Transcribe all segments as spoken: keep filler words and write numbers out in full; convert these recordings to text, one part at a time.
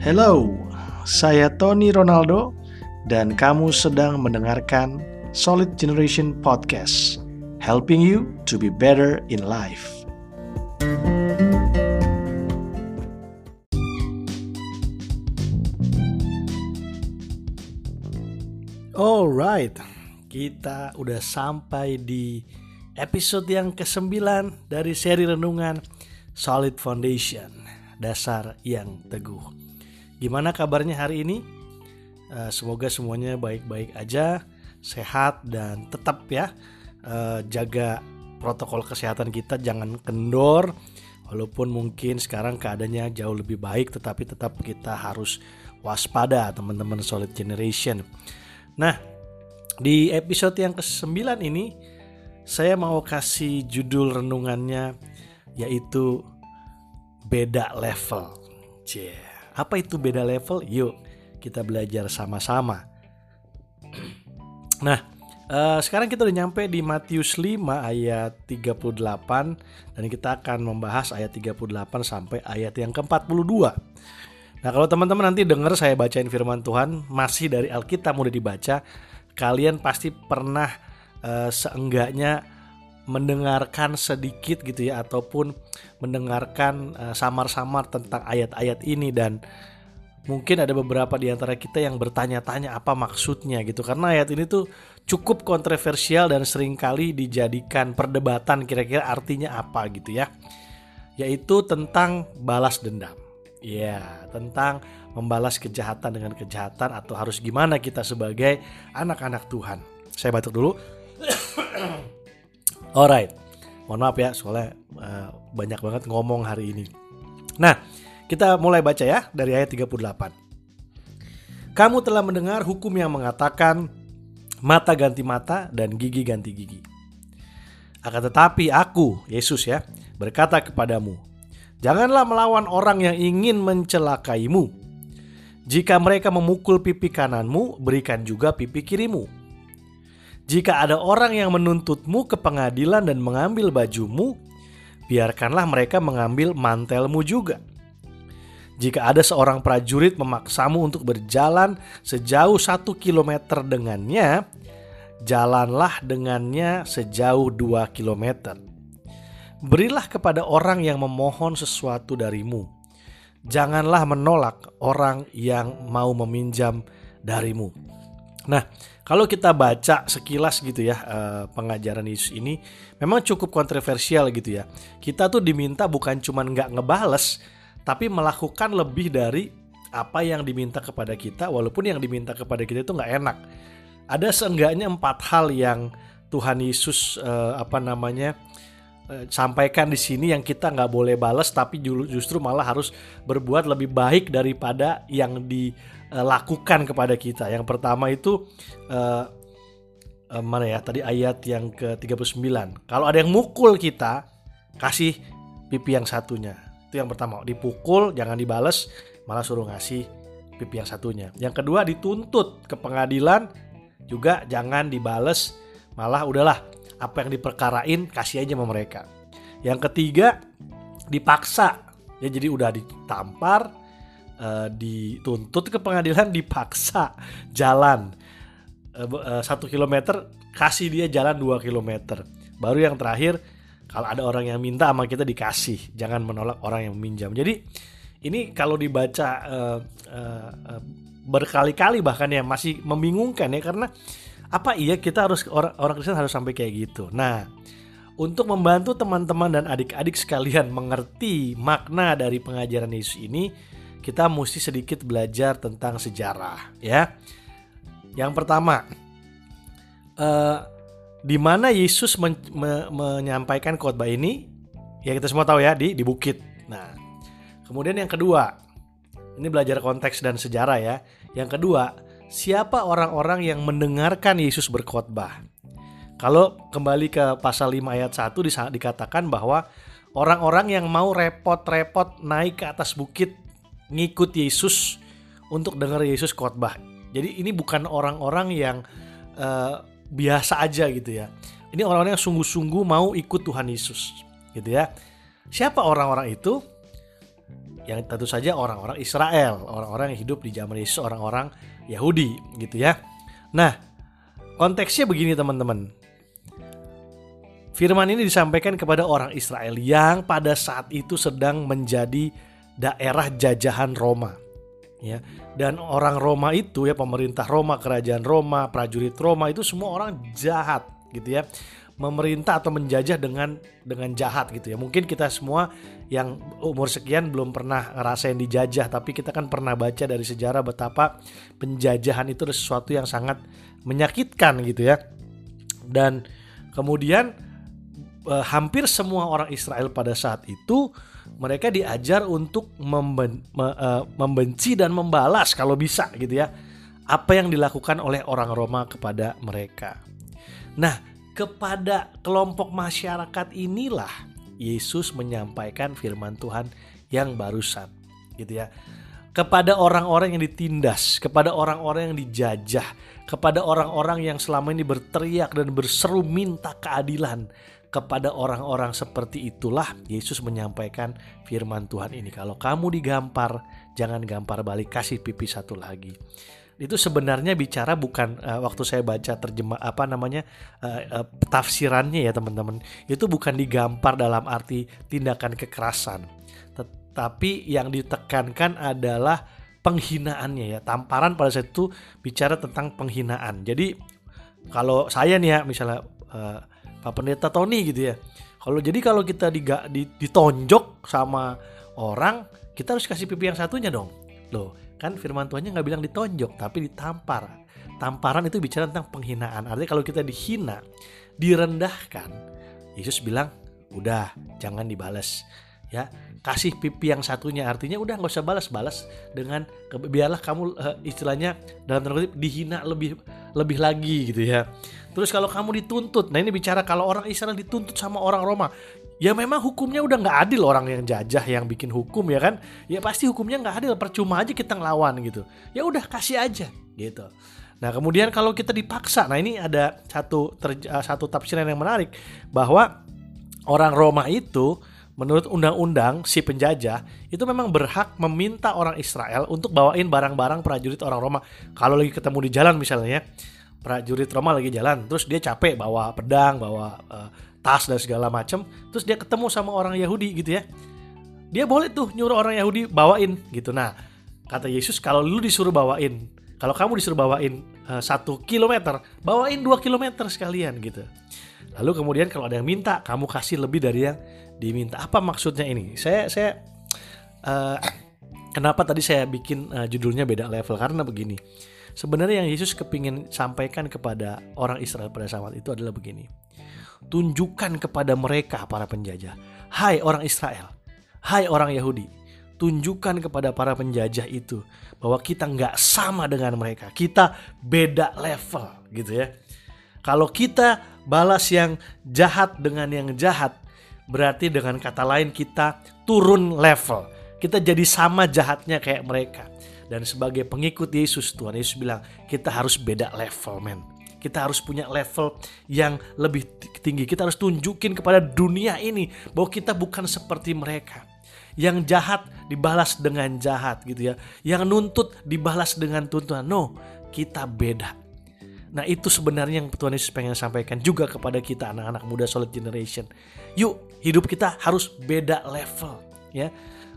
Hello, saya Tony Ronaldo dan kamu sedang mendengarkan Solid Generation Podcast, helping you to be better in life. Alright, kita udah sampai di episode yang kesembilan dari seri renungan Solid Foundation, dasar yang teguh. Gimana kabarnya hari ini? Uh, semoga semuanya baik-baik aja, sehat dan tetap ya uh, jaga protokol kesehatan kita, jangan kendor. Walaupun mungkin sekarang keadaannya jauh lebih baik, tetapi tetap kita harus waspada teman-teman Solid Generation. Nah, di episode yang kesembilan ini saya mau kasih judul renungannya yaitu beda level. Cie, apa itu beda level? Yuk kita belajar sama-sama. Nah, uh, sekarang kita udah nyampe di Matius lima ayat tiga puluh delapan dan kita akan membahas ayat tiga puluh delapan sampai ayat yang ke empat puluh dua. Nah, kalau teman-teman nanti dengar saya bacain firman Tuhan masih dari Alkitab udah dibaca, kalian pasti pernah uh, seenggaknya mendengarkan sedikit gitu ya, ataupun mendengarkan uh, samar-samar tentang ayat-ayat ini, dan mungkin ada beberapa di antara kita yang bertanya-tanya apa maksudnya gitu, karena ayat ini tuh cukup kontroversial dan seringkali dijadikan perdebatan kira-kira artinya apa gitu ya, yaitu tentang balas dendam. Ya, tentang membalas kejahatan dengan kejahatan, atau harus gimana kita sebagai anak-anak Tuhan. Saya batuk dulu. Alright, mohon maaf ya soalnya uh, banyak banget ngomong hari ini. Nah, kita mulai baca ya dari ayat tiga puluh delapan. Kamu telah mendengar hukum yang mengatakan mata ganti mata dan gigi ganti gigi. Akan tetapi aku, Yesus ya, berkata kepadamu, janganlah melawan orang yang ingin mencelakaimu. Jika mereka memukul pipi kananmu, berikan juga pipi kirimu. Jika ada orang yang menuntutmu ke pengadilan dan mengambil bajumu, biarkanlah mereka mengambil mantelmu juga. Jika ada seorang prajurit memaksamu untuk berjalan sejauh satu kilometer dengannya, jalanlah dengannya sejauh dua kilometer. Berilah kepada orang yang memohon sesuatu darimu. Janganlah menolak orang yang mau meminjam darimu. Nah, kalau kita baca sekilas gitu ya, eh, pengajaran Yesus ini memang cukup kontroversial gitu ya. Kita tuh diminta bukan cuma nggak ngebales, tapi melakukan lebih dari apa yang diminta kepada kita, walaupun yang diminta kepada kita itu nggak enak. Ada seenggaknya empat hal yang Tuhan Yesus eh, apa namanya sampaikan di sini yang kita nggak boleh balas, tapi justru malah harus berbuat lebih baik daripada yang dilakukan kepada kita. Yang pertama itu uh, uh, mana ya tadi ayat yang ke tiga puluh sembilan. Kalau ada yang mukul kita, kasih pipi yang satunya. Itu yang pertama, dipukul jangan dibales, malah suruh ngasih pipi yang satunya. Yang kedua, dituntut ke pengadilan juga jangan dibales, malah udahlah apa yang diperkarain kasih aja sama mereka. Yang ketiga, dipaksa. Ya, jadi udah ditampar, uh, dituntut ke pengadilan, dipaksa jalan uh, uh, satu kilometer, kasih dia jalan dua kilometer. Baru yang terakhir, kalau ada orang yang minta sama kita dikasih, jangan menolak orang yang meminjam. Jadi ini kalau dibaca uh, uh, uh, berkali-kali bahkan ya masih membingungkan ya, karena apa iya kita harus orang orang Kristen harus sampai kayak gitu. Nah, untuk membantu teman-teman dan adik-adik sekalian mengerti makna dari pengajaran Yesus ini, kita mesti sedikit belajar tentang sejarah ya. Yang pertama, eh, di mana Yesus men- me- menyampaikan khotbah ini? Ya kita semua tahu ya, di di bukit. Nah, kemudian yang kedua, ini belajar konteks dan sejarah ya. Yang kedua, siapa orang-orang yang mendengarkan Yesus berkhotbah? Kalau kembali ke pasal lima ayat satu dikatakan bahwa orang-orang yang mau repot-repot naik ke atas bukit ngikut Yesus untuk dengar Yesus khotbah. Jadi ini bukan orang-orang yang uh, biasa aja gitu ya. Ini orang-orang yang sungguh-sungguh mau ikut Tuhan Yesus gitu ya. Siapa orang-orang itu? yang tentu saja orang-orang Israel, orang-orang yang hidup di zaman Yesus, orang-orang Yahudi gitu ya. Nah, konteksnya begini teman-teman. Firman ini disampaikan kepada orang Israel yang pada saat itu sedang menjadi daerah jajahan Roma. Ya, dan orang Roma itu ya, pemerintah Roma, kerajaan Roma, prajurit Roma itu semua orang jahat gitu ya. Memerintah atau menjajah dengan dengan jahat gitu ya. Mungkin kita semua yang umur sekian belum pernah ngerasain dijajah, tapi kita kan pernah baca dari sejarah betapa penjajahan itu adalah sesuatu yang sangat menyakitkan gitu ya. Dan kemudian eh, hampir semua orang Israel pada saat itu mereka diajar untuk memben, me, uh, membenci dan membalas kalau bisa gitu ya, apa yang dilakukan oleh orang Roma kepada mereka. Nah, kepada kelompok masyarakat inilah Yesus menyampaikan firman Tuhan yang barusan gitu ya. Kepada orang-orang yang ditindas, kepada orang-orang yang dijajah, kepada orang-orang yang selama ini berteriak dan berseru minta keadilan, kepada orang-orang seperti itulah Yesus menyampaikan firman Tuhan ini. Kalau kamu digampar, jangan gampar balik, kasih pipi satu lagi. Itu sebenarnya bicara bukan uh, waktu saya baca terjemah apa namanya uh, uh, tafsirannya ya teman-teman. Itu bukan digampar dalam arti tindakan kekerasan. Tetapi yang ditekankan adalah penghinaannya ya. Tamparan pada saat itu bicara tentang penghinaan. Jadi kalau saya nih ya misalnya uh, Pak Pendeta Tony gitu ya. Kalau jadi kalau kita diga, ditonjok sama orang, kita harus kasih pipi yang satunya dong. Loh, kan firman Tuhannya nggak bilang ditonjok, tapi ditampar. Tamparan itu bicara tentang penghinaan. Artinya kalau kita dihina, direndahkan, Yesus bilang, udah jangan dibalas. Ya, kasih pipi yang satunya, artinya udah nggak usah balas-balas dengan biarlah kamu uh, istilahnya dalam tanda kutip dihina lebih lebih lagi gitu ya. Terus kalau kamu dituntut, nah ini bicara kalau orang Israel dituntut sama orang Roma, ya memang hukumnya udah nggak adil, orang yang jajah yang bikin hukum ya kan, ya pasti hukumnya nggak adil, percuma aja kita ngelawan gitu. Ya udah kasih aja gitu. Nah kemudian kalau kita dipaksa, nah ini ada satu ter, satu tafsiran yang menarik bahwa orang Roma itu menurut undang-undang si penjajah itu memang berhak meminta orang Israel untuk bawain barang-barang prajurit orang Roma. Kalau lagi ketemu di jalan misalnya, prajurit Roma lagi jalan, terus dia capek bawa pedang, bawa uh, tas dan segala macam, terus dia ketemu sama orang Yahudi gitu ya, dia boleh tuh nyuruh orang Yahudi bawain gitu. Nah kata Yesus, kalau lu disuruh bawain, kalau kamu disuruh bawain uh, satu kilometer, bawain dua kilometer sekalian gitu. Lalu kemudian kalau ada yang minta, kamu kasih lebih dari yang diminta. Apa maksudnya ini? Saya saya uh, kenapa tadi saya bikin uh, judulnya beda level? Karena begini. Sebenarnya yang Yesus kepingin sampaikan kepada orang Israel pada saat itu adalah begini. Tunjukkan kepada mereka para penjajah. Hai orang Israel, hai orang Yahudi, tunjukkan kepada para penjajah itu bahwa kita nggak sama dengan mereka. Kita beda level gitu ya. Kalau kita balas yang jahat dengan yang jahat, berarti dengan kata lain kita turun level. Kita jadi sama jahatnya kayak mereka. Dan sebagai pengikut Yesus, Tuhan Yesus bilang kita harus beda level men. Kita harus punya level yang lebih tinggi. Kita harus tunjukin kepada dunia ini bahwa kita bukan seperti mereka. Yang jahat dibalas dengan jahat gitu ya. Yang nuntut dibalas dengan tuntutan. No, kita beda. Nah itu sebenarnya yang Tuhan Yesus pengen sampaikan juga kepada kita anak-anak muda Solid Generation. Yuk hidup kita harus beda level ya.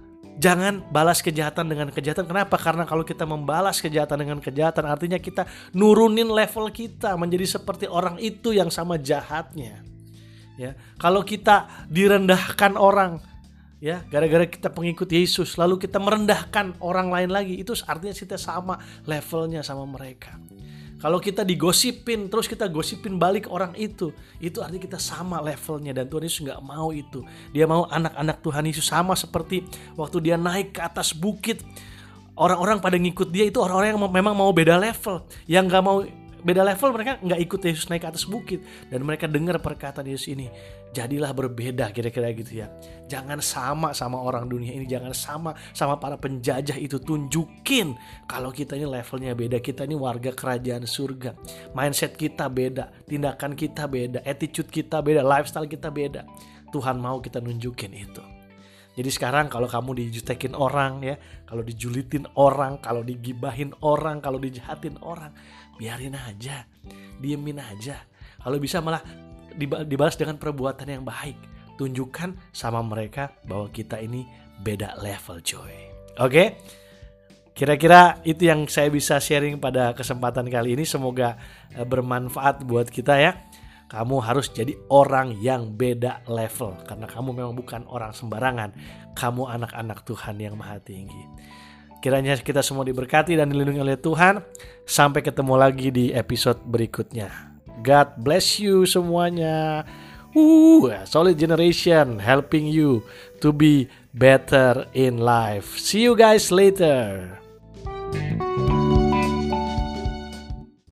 Jangan balas kejahatan dengan kejahatan. Kenapa? Karena kalau kita membalas kejahatan dengan kejahatan, artinya kita nurunin level kita menjadi seperti orang itu yang sama jahatnya. Ya, kalau kita direndahkan orang, ya, gara-gara kita pengikut Yesus, lalu kita merendahkan orang lain lagi, itu artinya kita sama levelnya sama mereka. Kalau kita digosipin, terus kita gosipin balik orang itu, itu artinya kita sama levelnya. Dan Tuhan Yesus gak mau itu. Dia mau anak-anak Tuhan Yesus sama seperti waktu dia naik ke atas bukit. Orang-orang pada ngikut dia itu orang-orang yang memang mau beda level. Yang gak mau beda level, mereka gak ikut Yesus naik ke atas bukit. Dan mereka dengar perkataan Yesus ini, jadilah berbeda, kira-kira gitu ya. Jangan sama sama orang dunia ini, jangan sama sama para penjajah itu. Tunjukin kalau kita ini levelnya beda, kita ini warga kerajaan surga. Mindset kita beda, tindakan kita beda, attitude kita beda, lifestyle kita beda. Tuhan mau kita nunjukin itu. Jadi sekarang kalau kamu dijutekin orang ya, kalau dijulitin orang, kalau digibahin orang, kalau dijahatin orang, biarin aja, diemin aja. Kalau bisa malah dibalas dengan perbuatan yang baik. Tunjukkan sama mereka bahwa kita ini beda level, coy. Oke? Kira-kira itu yang saya bisa sharing pada kesempatan kali ini. Semoga bermanfaat buat kita ya. Kamu harus jadi orang yang beda level, karena kamu memang bukan orang sembarangan. Kamu anak-anak Tuhan yang maha tinggi. Kiranya kita semua diberkati dan dilindungi oleh Tuhan. Sampai ketemu lagi di episode berikutnya. God bless you semuanya. Uh, Solid Generation helping you to be better in life. See you guys later.